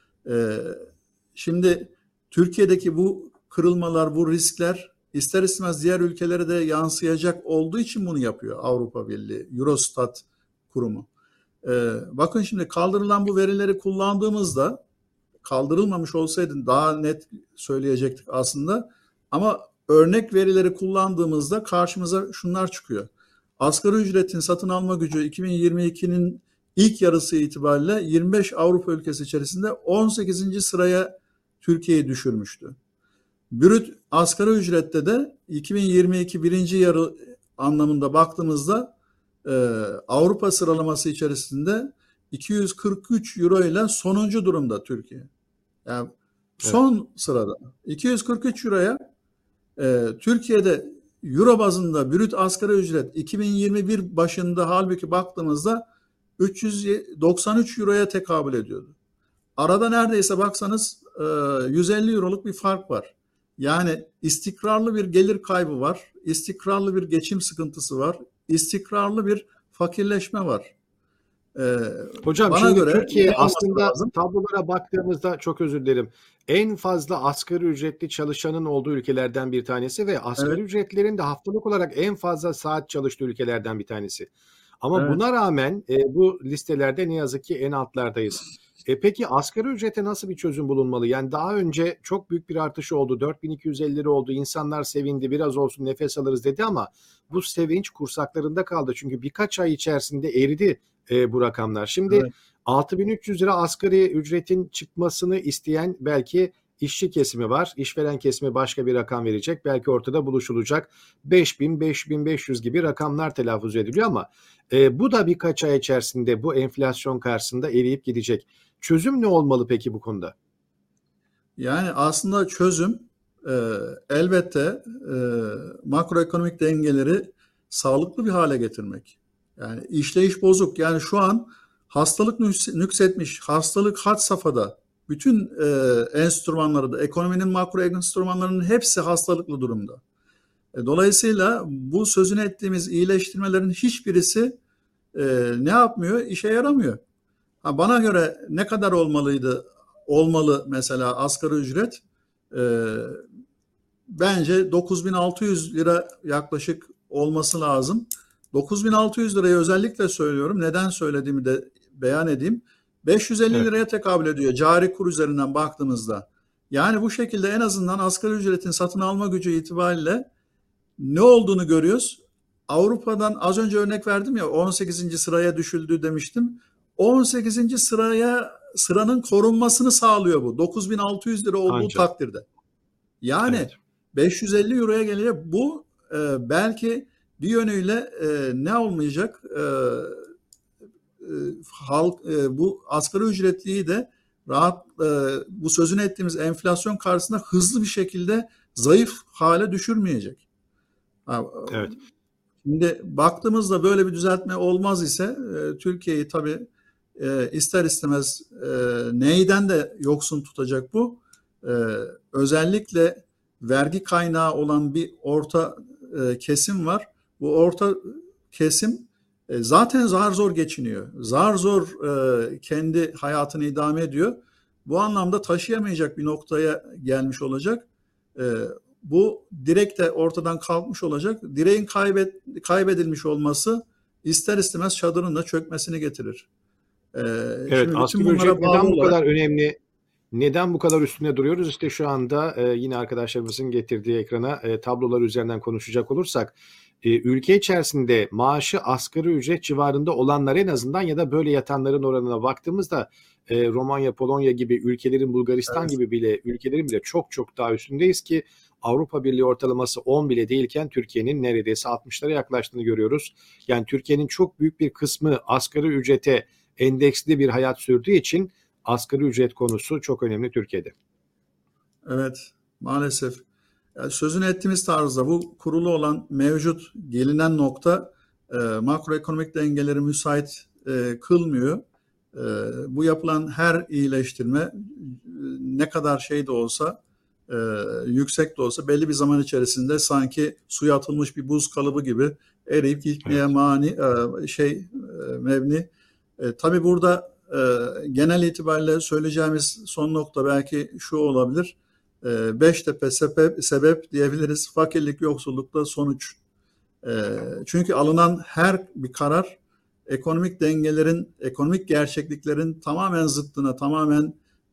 Şimdi Türkiye'deki bu kırılmalar, bu riskler ister istemez diğer ülkelere de yansıyacak olduğu için bunu yapıyor Avrupa Birliği, Eurostat kurumu. Bakın şimdi kaldırılan bu verileri kullandığımızda, kaldırılmamış olsaydı daha net söyleyecektik aslında. Ama örnek verileri kullandığımızda karşımıza şunlar çıkıyor. Asgari ücretin satın alma gücü 2022'nin ilk yarısı itibariyle 25 Avrupa ülkesi içerisinde 18. sıraya Türkiye'yi düşürmüştü. Brüt asgari ücrette de 2022 birinci yarı anlamında baktığımızda Avrupa sıralaması içerisinde 243 euro ile sonuncu durumda Türkiye. Yani son sırada 243 euroya Türkiye'de euro bazında brüt asgari ücret 2021 başında halbuki baktığımızda 393 euroya tekabül ediyordu. Arada neredeyse baksanız 150 euroluk bir fark var. Yani istikrarlı bir gelir kaybı var, istikrarlı bir geçim sıkıntısı var, istikrarlı bir fakirleşme var. Hocam Bana şimdi göre Türkiye ne olması aslında lazım? tablolara baktığımızda çok özür dilerim. En fazla asgari ücretli çalışanın olduğu ülkelerden bir tanesi ve asgari Evet, ücretlerin de haftalık olarak en fazla saat çalıştığı ülkelerden bir tanesi. Ama evet. buna rağmen bu listelerde ne yazık ki en altlardayız. Peki asgari ücrete nasıl bir çözüm bulunmalı? Yani daha önce çok büyük bir artış oldu. 4.250 lira oldu. İnsanlar sevindi. Biraz olsun nefes alırız dedi ama bu sevinç kursaklarında kaldı. Çünkü birkaç ay içerisinde eridi bu rakamlar. Şimdi Evet. 6.300 lira asgari ücretin çıkmasını isteyen belki işçi kesimi var. İşveren kesimi başka bir rakam verecek. Belki ortada buluşulacak. 5.000, 5.500 gibi rakamlar telaffuz ediliyor ama bu da birkaç ay içerisinde bu enflasyon karşısında eriyip gidecek. Çözüm ne olmalı peki bu konuda? Yani aslında çözüm elbette makroekonomik dengeleri sağlıklı bir hale getirmek. Yani işleyiş bozuk. Yani şu an hastalık nüksetmiş, hastalık had safhada. Bütün enstrümanları da, ekonominin makro enstrümanlarının hepsi hastalıklı durumda. Dolayısıyla bu sözünü ettiğimiz iyileştirmelerin hiçbirisi ne yapmıyor? İşe yaramıyor. Bana göre ne kadar olmalı mesela asgari ücret? Bence 9.600 lira yaklaşık olması lazım. 9.600 lirayı özellikle söylüyorum. Neden söylediğimi de beyan edeyim. 550 liraya tekabül ediyor cari kur üzerinden baktığımızda. Yani bu şekilde en azından asgari ücretin satın alma gücü itibariyle ne olduğunu görüyoruz. Avrupa'dan az önce örnek verdim ya, 18. sıraya düşüldü demiştim. 18. sıranın korunmasını sağlıyor bu. 9.600 lira olduğu Ancak. takdirde. Yani Evet. 550 euroya gelecek. Bu belki bir yönüyle ne olmayacak? Bu asgari ücretliyi de rahat, bu sözünü ettiğimiz enflasyon karşısında hızlı bir şekilde zayıf hale düşürmeyecek. Evet. Şimdi baktığımızda böyle bir düzeltme olmaz ise Türkiye'yi tabii ister istemez neyden de yoksun tutacak bu? Özellikle vergi kaynağı olan bir orta kesim var. Bu orta kesim zaten zar zor geçiniyor. Zar zor kendi hayatını idame ediyor. Bu anlamda taşıyamayacak bir noktaya gelmiş olacak. Bu direkt de ortadan kalkmış olacak. Direğin kaybedilmiş olması ister istemez çadırın da çökmesini getirir. Evet, Şimdi bütün asgari bunlara ücret bağlı neden bu kadar olarak önemli? Neden bu kadar üstünde duruyoruz? İşte şu anda yine arkadaşlarımızın getirdiği ekrana tablolar üzerinden konuşacak olursak, ülke içerisinde maaşı asgari ücret civarında olanlar en azından ya da böyle yatanların oranına baktığımızda Romanya, Polonya gibi ülkelerin, Bulgaristan evet, gibi ülkelerin bile çok çok daha üstündeyiz ki Avrupa Birliği ortalaması 10 bile değilken Türkiye'nin neredeyse 60'lara yaklaştığını görüyoruz. Yani Türkiye'nin çok büyük bir kısmı asgari ücrete endeksli bir hayat sürdüğü için asgari ücret konusu çok önemli Türkiye'de. evet, maalesef. Yani sözünü ettiğimiz tarzda bu kurulu olan mevcut gelinen nokta makroekonomik dengeleri müsait kılmıyor. Bu yapılan her iyileştirme ne kadar şey de olsa yüksek de olsa belli bir zaman içerisinde sanki suya atılmış bir buz kalıbı gibi eriyip gitmeye Evet. mevni. Tabii burada genel itibariyle söyleyeceğimiz son nokta belki şu olabilir. Beştepe sebep diyebiliriz. Fakirlik, yoksullukla sonuç. Çünkü alınan her bir karar ekonomik dengelerin, ekonomik gerçekliklerin tamamen zıttına, tamamen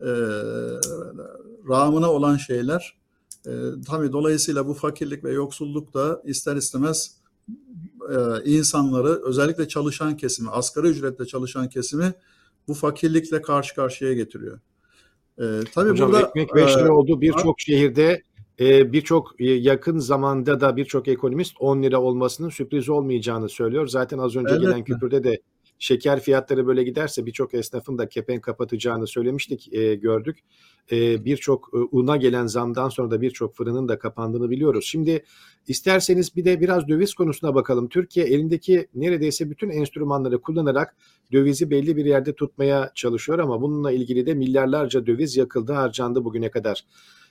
rağmına olan şeyler. Tabii dolayısıyla bu fakirlik ve yoksulluk da ister istemez insanları, özellikle çalışan kesimi, asgari ücretle çalışan kesimi bu fakirlikle karşı karşıya getiriyor. Tabii Hocam burada ekmek 5 lira oldu. Birçok şehirde birçok yakın zamanda da birçok ekonomist 10 lira olmasının sürpriz olmayacağını söylüyor. Zaten az önce gelen elbette, küpürde de şeker fiyatları böyle giderse birçok esnafın da kepenk kapatacağını söylemiştik, gördük. Birçok una gelen zamdan sonra da birçok fırının da kapandığını biliyoruz. Şimdi isterseniz bir de biraz döviz konusuna bakalım. Türkiye elindeki neredeyse bütün enstrümanları kullanarak dövizi belli bir yerde tutmaya çalışıyor ama bununla ilgili de milyarlarca döviz yakıldı, harcandı bugüne kadar.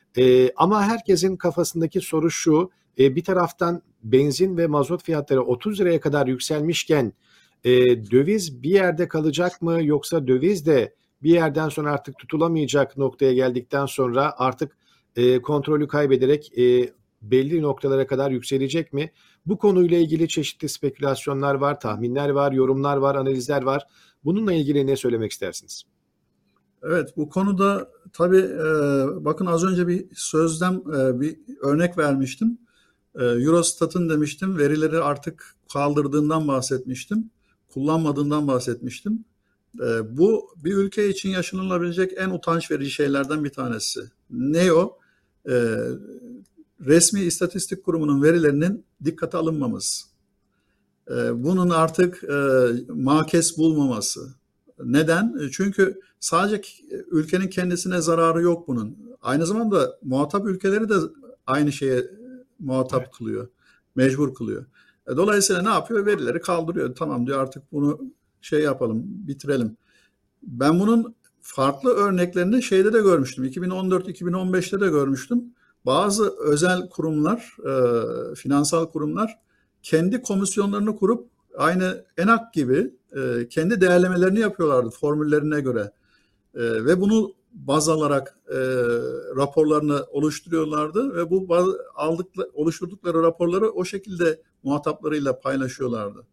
Ama herkesin kafasındaki soru şu, bir taraftan benzin ve mazot fiyatları 30 liraya kadar yükselmişken döviz bir yerde kalacak mı, yoksa döviz de bir yerden sonra artık tutulamayacak noktaya geldikten sonra artık kontrolü kaybederek belli noktalara kadar yükselecek mi? Bu konuyla ilgili çeşitli spekülasyonlar var, tahminler var, yorumlar var, analizler var. Bununla ilgili ne söylemek istersiniz? evet, bu konuda tabii bakın az önce bir sözden bir örnek vermiştim. Eurostat'ın demiştim verileri artık kaldırdığından bahsetmiştim. Kullanmadığından bahsetmiştim. Bu bir ülke için yaşanılabilecek en utanç verici şeylerden bir tanesi. Ne o? E, Resmi istatistik kurumunun verilerinin dikkate alınmaması. Bunun artık makes bulmaması. Neden? Çünkü sadece ülkenin kendisine zararı yok bunun. Aynı zamanda muhatap ülkeleri de aynı şeye Evet. muhatap kılıyor, mecbur kılıyor. Dolayısıyla ne yapıyor? Verileri kaldırıyor. Tamam diyor, artık bunu şey yapalım, bitirelim. Ben bunun farklı örneklerini şeyde de görmüştüm. 2014-2015'te de görmüştüm. Bazı özel kurumlar, finansal kurumlar kendi komisyonlarını kurup aynı ENAK gibi kendi değerlemelerini yapıyorlardı formüllerine göre. Ve bunu baz alarak raporlarını oluşturuyorlardı ve bu oluşturdukları raporları o şekilde muhataplarıyla paylaşıyorlardı.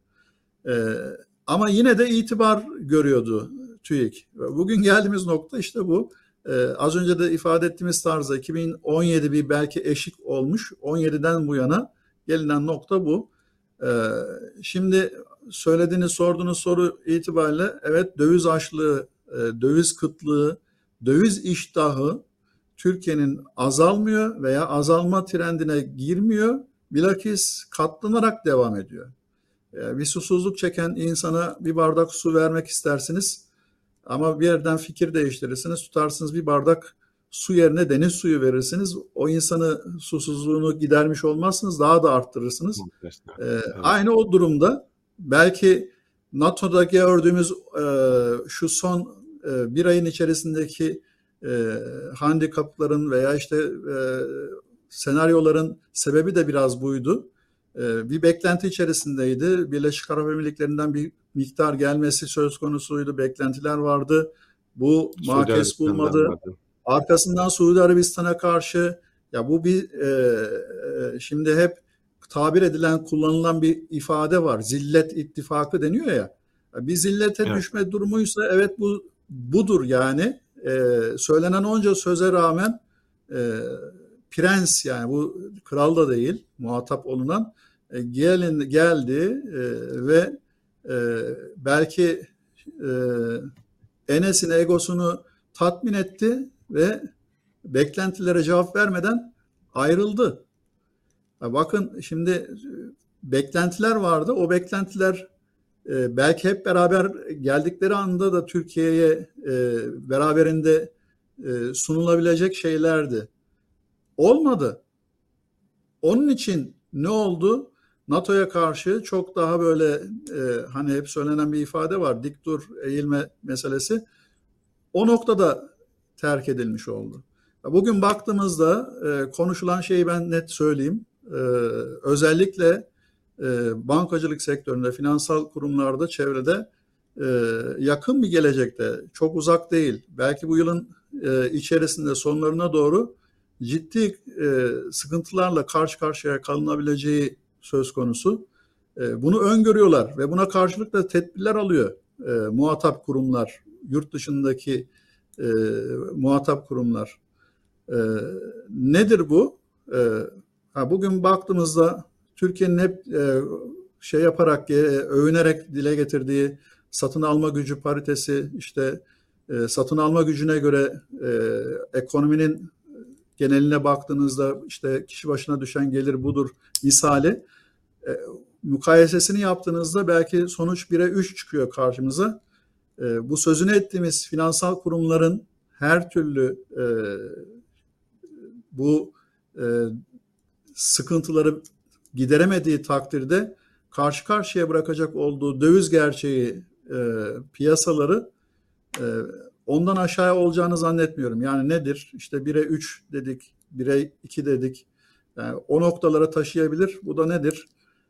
Ama yine de itibar görüyordu TÜİK. Bugün geldiğimiz nokta işte bu. Az önce de ifade ettiğimiz tarzda 2017 bir belki eşik olmuş. 17'den bu yana gelinen nokta bu. Şimdi sorduğunuz soru itibariyle evet, döviz açlığı, döviz kıtlığı, döviz iştahı Türkiye'nin azalmıyor veya azalma trendine girmiyor. Bilakis katlanarak devam ediyor. Bir susuzluk çeken insana bir bardak su vermek istersiniz ama bir yerden fikir değiştirirsiniz, tutarsınız bir bardak su yerine deniz suyu verirsiniz. O insanı, susuzluğunu gidermiş olmazsınız, daha da arttırırsınız. Evet. Aynı o durumda belki NATO'da gördüğümüz şu son bir ayın içerisindeki handikapların veya işte senaryoların sebebi de biraz buydu. Bir beklenti içerisindeydi. Birleşik Arap Emirlikleri'nden bir miktar gelmesi söz konusuydu. Beklentiler vardı. Bu Suudi makes Arabistan'dan bulmadı. vardı. Arkasından Suudi Arabistan'a karşı ya bu bir şimdi hep tabir edilen, kullanılan bir ifade var. Zillet ittifakı deniyor ya. Bir zillete Evet. düşme durumuysa evet bu budur yani. Söylenen onca söze rağmen prens, yani bu kral da değil muhatap olunan, geldi ve belki Enes'in egosunu tatmin etti ve beklentilere cevap vermeden ayrıldı. Bakın şimdi beklentiler vardı. O beklentiler belki hep beraber geldikleri anda da Türkiye'ye beraberinde sunulabilecek şeylerdi. Olmadı. Onun için ne oldu? NATO'ya karşı çok daha böyle hani hep söylenen bir ifade var. Dik dur, eğilme meselesi. O noktada terk edilmiş oldu. Bugün baktığımızda konuşulan şeyi ben net söyleyeyim. Özellikle bankacılık sektöründe, finansal kurumlarda, çevrede yakın bir gelecekte, çok uzak değil, belki bu yılın içerisinde sonlarına doğru ciddi sıkıntılarla karşı karşıya kalınabileceği söz konusu. Bunu öngörüyorlar ve buna karşılık da tedbirler alıyor muhatap kurumlar, yurt dışındaki muhatap kurumlar. Nedir bu? Bugün baktığımızda Türkiye'nin hep şey yaparak, övünerek dile getirdiği satın alma gücü paritesi, işte satın alma gücüne göre ekonominin geneline baktığınızda işte kişi başına düşen gelir budur misali, mukayesesini yaptığınızda belki sonuç 1'e 3 çıkıyor karşımıza. Bu sözünü ettiğimiz finansal kurumların her türlü bu sıkıntıları gideremediği takdirde karşı karşıya bırakacak olduğu döviz gerçeği piyasaları ondan aşağı olacağını zannetmiyorum. Yani nedir? İşte 1'e 3 dedik, 1'e 2 dedik. Yani o noktalara taşıyabilir. Bu da nedir?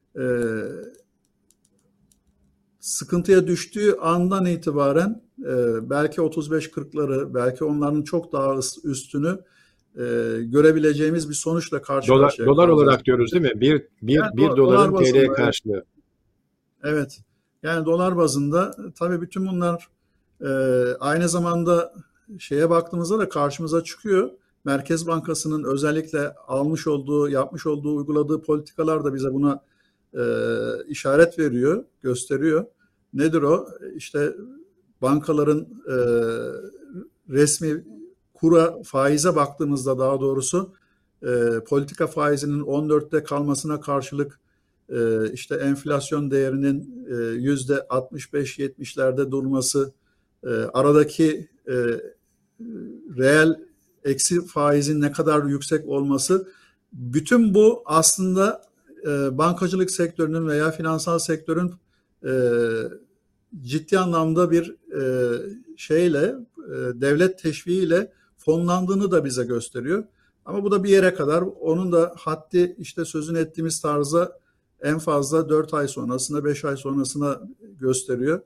Sıkıntıya düştüğü andan itibaren belki 35-40'ları, belki onların çok daha üstünü görebileceğimiz bir sonuçla karşı karşıya Dolar kalacağız. olarak diyoruz değil mi? Bir dolar doların bazında, TL karşılığı. Evet. Yani dolar bazında tabii bütün bunlar aynı zamanda şeye baktığımızda da karşımıza çıkıyor. Merkez Bankası'nın özellikle almış olduğu, yapmış olduğu, uyguladığı politikalar da bize buna işaret veriyor, gösteriyor. Nedir o? İşte bankaların resmi kura, faize baktığımızda daha doğrusu politika faizinin 14'te kalmasına karşılık işte enflasyon değerinin %65-70'lerde durması, aradaki reel eksi faizin ne kadar yüksek olması, bütün bu aslında bankacılık sektörünün veya finansal sektörün ciddi anlamda bir şeyle, devlet teşviğiyle fonlandığını da bize gösteriyor. Ama bu da bir yere kadar. Onun da haddi işte sözünü ettiğimiz tarzda en fazla 4 ay sonrasına, 5 ay sonrasına gösteriyor.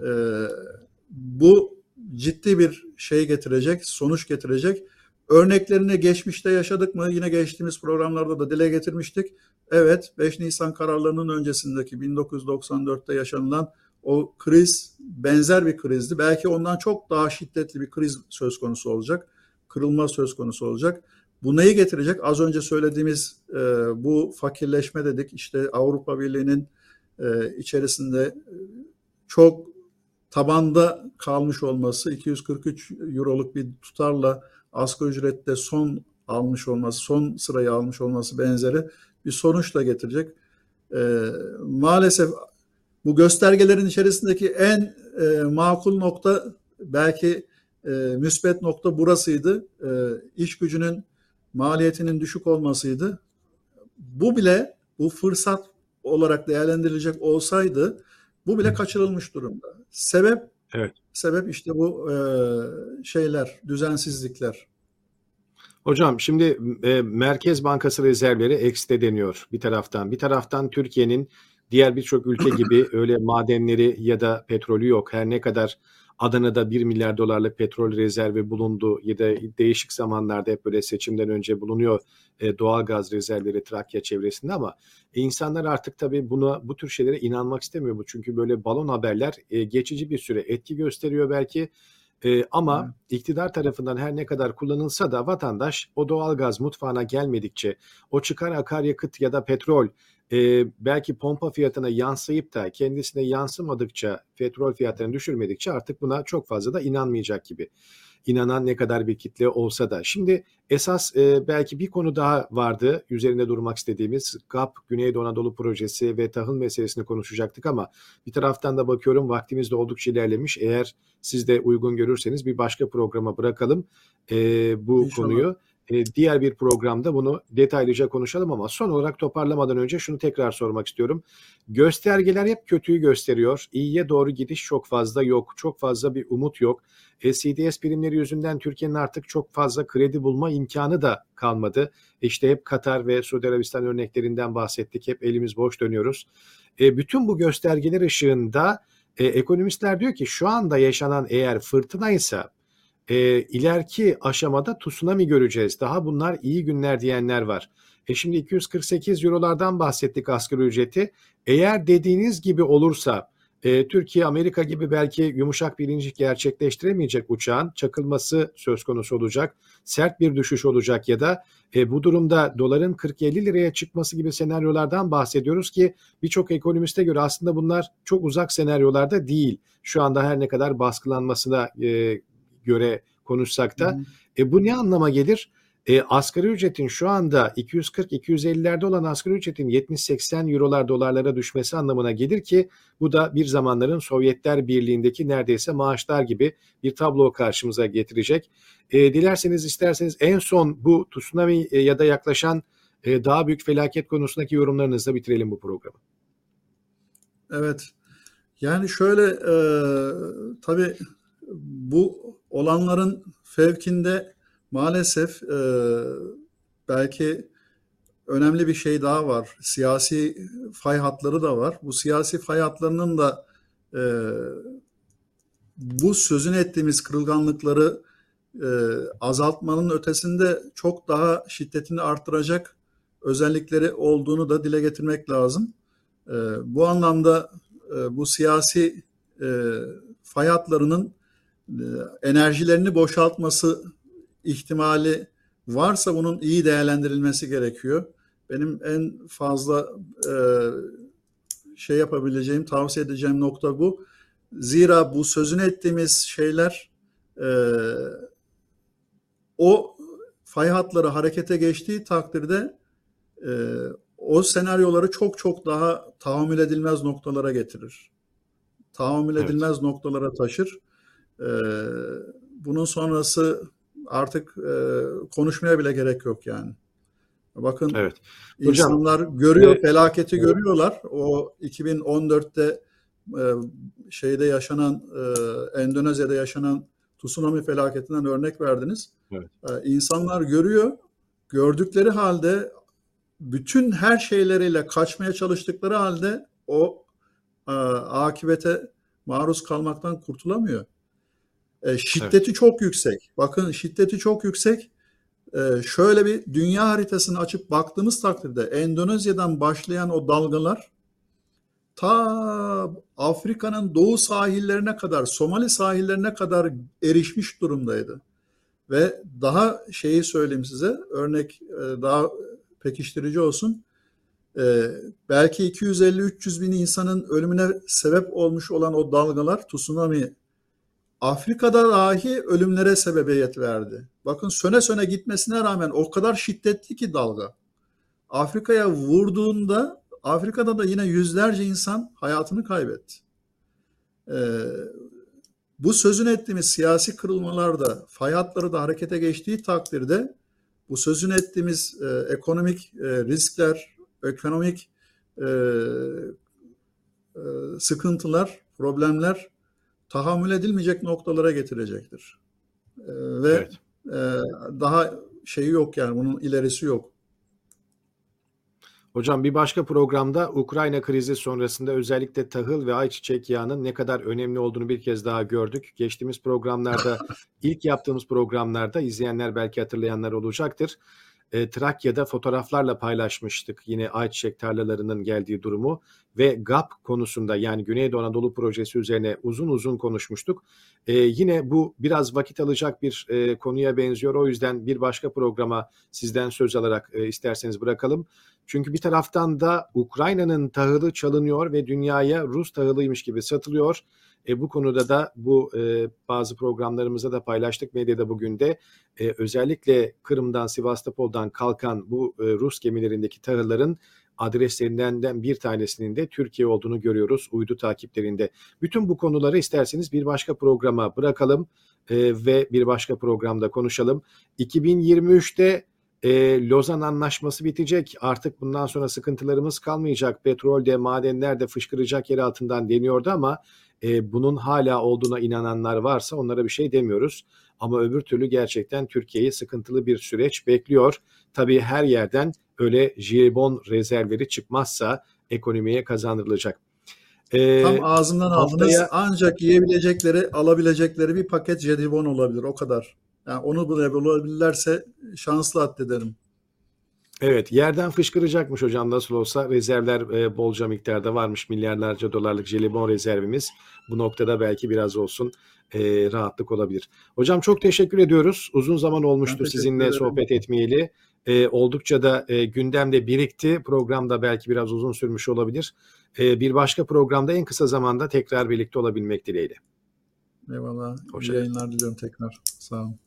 Bu ciddi bir şey getirecek, sonuç getirecek. Örneklerini geçmişte yaşadık mı? Yine geçtiğimiz programlarda da dile getirmiştik. Evet, 5 Nisan kararlarının öncesindeki 1994'te yaşanılan o kriz benzer bir krizdi. Belki ondan çok daha şiddetli bir kriz söz konusu olacak. Kırılma söz konusu olacak. Bu neyi getirecek? Az önce söylediğimiz bu fakirleşme dedik. İşte Avrupa Birliği'nin içerisinde çok tabanda kalmış olması, 243 euroluk bir tutarla asgari ücrette son almış olması, son sırayı almış olması benzeri bir sonuçla getirecek. Maalesef bu göstergelerin içerisindeki en makul nokta, belki müspet nokta burasıydı. İş gücünün maliyetinin düşük olmasıydı. Bu bile bu fırsat olarak değerlendirilecek olsaydı Bu bile kaçırılmış durumda. Sebep Evet. işte bu düzensizlikler. Hocam şimdi Merkez Bankası rezervleri ekste deniyor bir taraftan. Bir taraftan Türkiye'nin diğer birçok ülke gibi öyle madenleri ya da petrolü yok. Her ne kadar Adana'da 1 milyar dolarlık petrol rezervi bulundu ya da değişik zamanlarda hep böyle seçimden önce bulunuyor doğal gaz rezervleri Trakya çevresinde ama insanlar artık tabii bu tür şeylere inanmak istemiyor. Çünkü böyle balon haberler geçici bir süre etki gösteriyor belki. Ama iktidar tarafından her ne kadar kullanılsa da vatandaş o doğalgaz mutfağına gelmedikçe, o çıkan akaryakıt ya da petrol belki pompa fiyatına yansıyıp da kendisine yansımadıkça, petrol fiyatlarını düşürmedikçe artık buna çok fazla da inanmayacak gibi. İnanan ne kadar bir kitle olsa da. Şimdi esas belki bir konu daha vardı üzerinde durmak istediğimiz GAP, Güneydoğu Anadolu Projesi ve tahıl meselesini konuşacaktık ama bir taraftan da bakıyorum vaktimiz de oldukça ilerlemiş. Eğer siz de uygun görürseniz bir başka programa bırakalım bu İnşallah. konuyu. Diğer bir programda bunu detaylıca konuşalım ama son olarak toparlamadan önce şunu tekrar sormak istiyorum. Göstergeler hep kötüyü gösteriyor. İyiye doğru gidiş çok fazla yok. Çok fazla bir umut yok. CDS primleri yüzünden Türkiye'nin artık çok fazla kredi bulma imkanı da kalmadı. İşte hep Katar ve Suudi Arabistan örneklerinden bahsettik. Hep elimiz boş dönüyoruz. Bütün bu göstergeler ışığında ekonomistler diyor ki şu anda yaşanan eğer fırtınaysa ileriki aşamada tsunami göreceğiz. Daha bunlar iyi günler diyenler var. Şimdi 248 eurolardan bahsettik asgari ücreti. Eğer dediğiniz gibi olursa Türkiye, Amerika gibi belki yumuşak bir iniş gerçekleştiremeyecek uçağın çakılması söz konusu olacak. Sert bir düşüş olacak ya da bu durumda doların 40-50 liraya çıkması gibi senaryolardan bahsediyoruz ki birçok ekonomiste göre aslında bunlar çok uzak senaryolarda değil. Şu anda her ne kadar baskılanmasına göre konuşsak da. Bu ne anlama gelir? Asgari ücretin şu anda 240-250'lerde olan asgari ücretin 70-80 eurolar dolarlara düşmesi anlamına gelir ki bu da bir zamanların Sovyetler Birliği'ndeki neredeyse maaşlar gibi bir tablo karşımıza getirecek. Dilerseniz isterseniz en son bu tsunami ya da yaklaşan daha büyük felaket konusundaki yorumlarınızla bitirelim bu programı. Evet. Yani şöyle tabii bu olanların fevkinde maalesef belki önemli bir şey daha var. Siyasi fay hatları da var. Bu siyasi fay hatlarının da bu sözünü ettiğimiz kırılganlıkları azaltmanın ötesinde çok daha şiddetini arttıracak özellikleri olduğunu da dile getirmek lazım. Bu anlamda bu siyasi fay hatlarının enerjilerini boşaltması ihtimali varsa bunun iyi değerlendirilmesi gerekiyor. Benim en fazla yapabileceğim, tavsiye edeceğim nokta bu. Zira bu sözünü ettiğimiz şeyler o fay hatları harekete geçtiği takdirde o senaryoları çok çok daha tahammül edilmez noktalara getirir. Tahammül edilmez noktalara taşır. Bunun sonrası artık konuşmaya bile gerek yok yani. Bakın insanlar görüyor, felaketi görüyorlar. O 2014'te yaşanan Endonezya'da yaşanan tsunami felaketinden örnek verdiniz. Evet. İnsanlar görüyor. Gördükleri halde bütün her şeyleriyle kaçmaya çalıştıkları halde o akibete maruz kalmaktan kurtulamıyor. Şiddeti çok yüksek. Bakın şiddeti çok yüksek. Şöyle bir dünya haritasını açıp baktığımız takdirde Endonezya'dan başlayan o dalgalar ta Afrika'nın doğu sahillerine kadar, Somali sahillerine kadar erişmiş durumdaydı. Ve daha söyleyeyim size, örnek daha pekiştirici olsun. Belki 250-300 bin insanın ölümüne sebep olmuş olan o dalgalar, tsunami, Afrika'da dahi ölümlere sebebiyet verdi. Bakın söne söne gitmesine rağmen o kadar şiddetli ki dalga. Afrika'ya vurduğunda Afrika'da da yine yüzlerce insan hayatını kaybetti. Bu sözünü ettiğimiz siyasi kırılmalarda, fay hatları da harekete geçtiği takdirde bu sözünü ettiğimiz ekonomik riskler, ekonomik sıkıntılar, problemler tahammül edilmeyecek noktalara getirecektir. Ve Evet. daha şeyi yok, yani bunun ilerisi yok. Hocam bir başka programda Ukrayna krizi sonrasında özellikle tahıl ve ayçiçek yağının ne kadar önemli olduğunu bir kez daha gördük. Geçtiğimiz programlarda, ilk yaptığımız programlarda izleyenler belki hatırlayanlar olacaktır. Trakya'da fotoğraflarla paylaşmıştık yine ayçiçek tarlalarının geldiği durumu ve GAP konusunda, yani Güneydoğu Anadolu Projesi üzerine uzun uzun konuşmuştuk. Yine bu biraz vakit alacak bir konuya benziyor. O yüzden bir başka programa sizden söz alarak isterseniz bırakalım. Çünkü bir taraftan da Ukrayna'nın tahılı çalınıyor ve dünyaya Rus tahılıymış gibi satılıyor. Bu konuda da bazı programlarımızda da paylaştık medyada bugün de. Özellikle Kırım'dan, Sivastopol'dan kalkan bu Rus gemilerindeki tahılların adreslerinden bir tanesinin de Türkiye olduğunu görüyoruz uydu takiplerinde. Bütün bu konuları isterseniz bir başka programa bırakalım ve bir başka programda konuşalım. 2023'te Lozan Anlaşması bitecek. Artık bundan sonra sıkıntılarımız kalmayacak. Petrolde, madenlerde fışkıracak yer altından deniyordu ama bunun hala olduğuna inananlar varsa onlara bir şey demiyoruz. Ama öbür türlü gerçekten Türkiye'yi sıkıntılı bir süreç bekliyor. Tabii her yerden öyle jelibon rezervleri çıkmazsa ekonomiye kazandırılacak. Tam ağzımdan aldınız. Ancak yiyebilecekleri, alabilecekleri bir paket jelibon olabilir. O kadar. Yani onu bulabilirlerse şanslı addederim. Evet, yerden fışkıracakmış hocam nasıl olsa. Rezervler bolca miktarda varmış. Milyarlarca dolarlık jelibon rezervimiz. Bu noktada belki biraz olsun rahatlık olabilir. Hocam çok teşekkür ediyoruz. Uzun zaman olmuştu sizinle sohbet etmeyeli. Oldukça da gündemde birikti. Programda belki biraz uzun sürmüş olabilir. Bir başka programda en kısa zamanda tekrar birlikte olabilmek dileğiyle. Eyvallah. İyi yayınlar diliyorum tekrar. Sağ olun.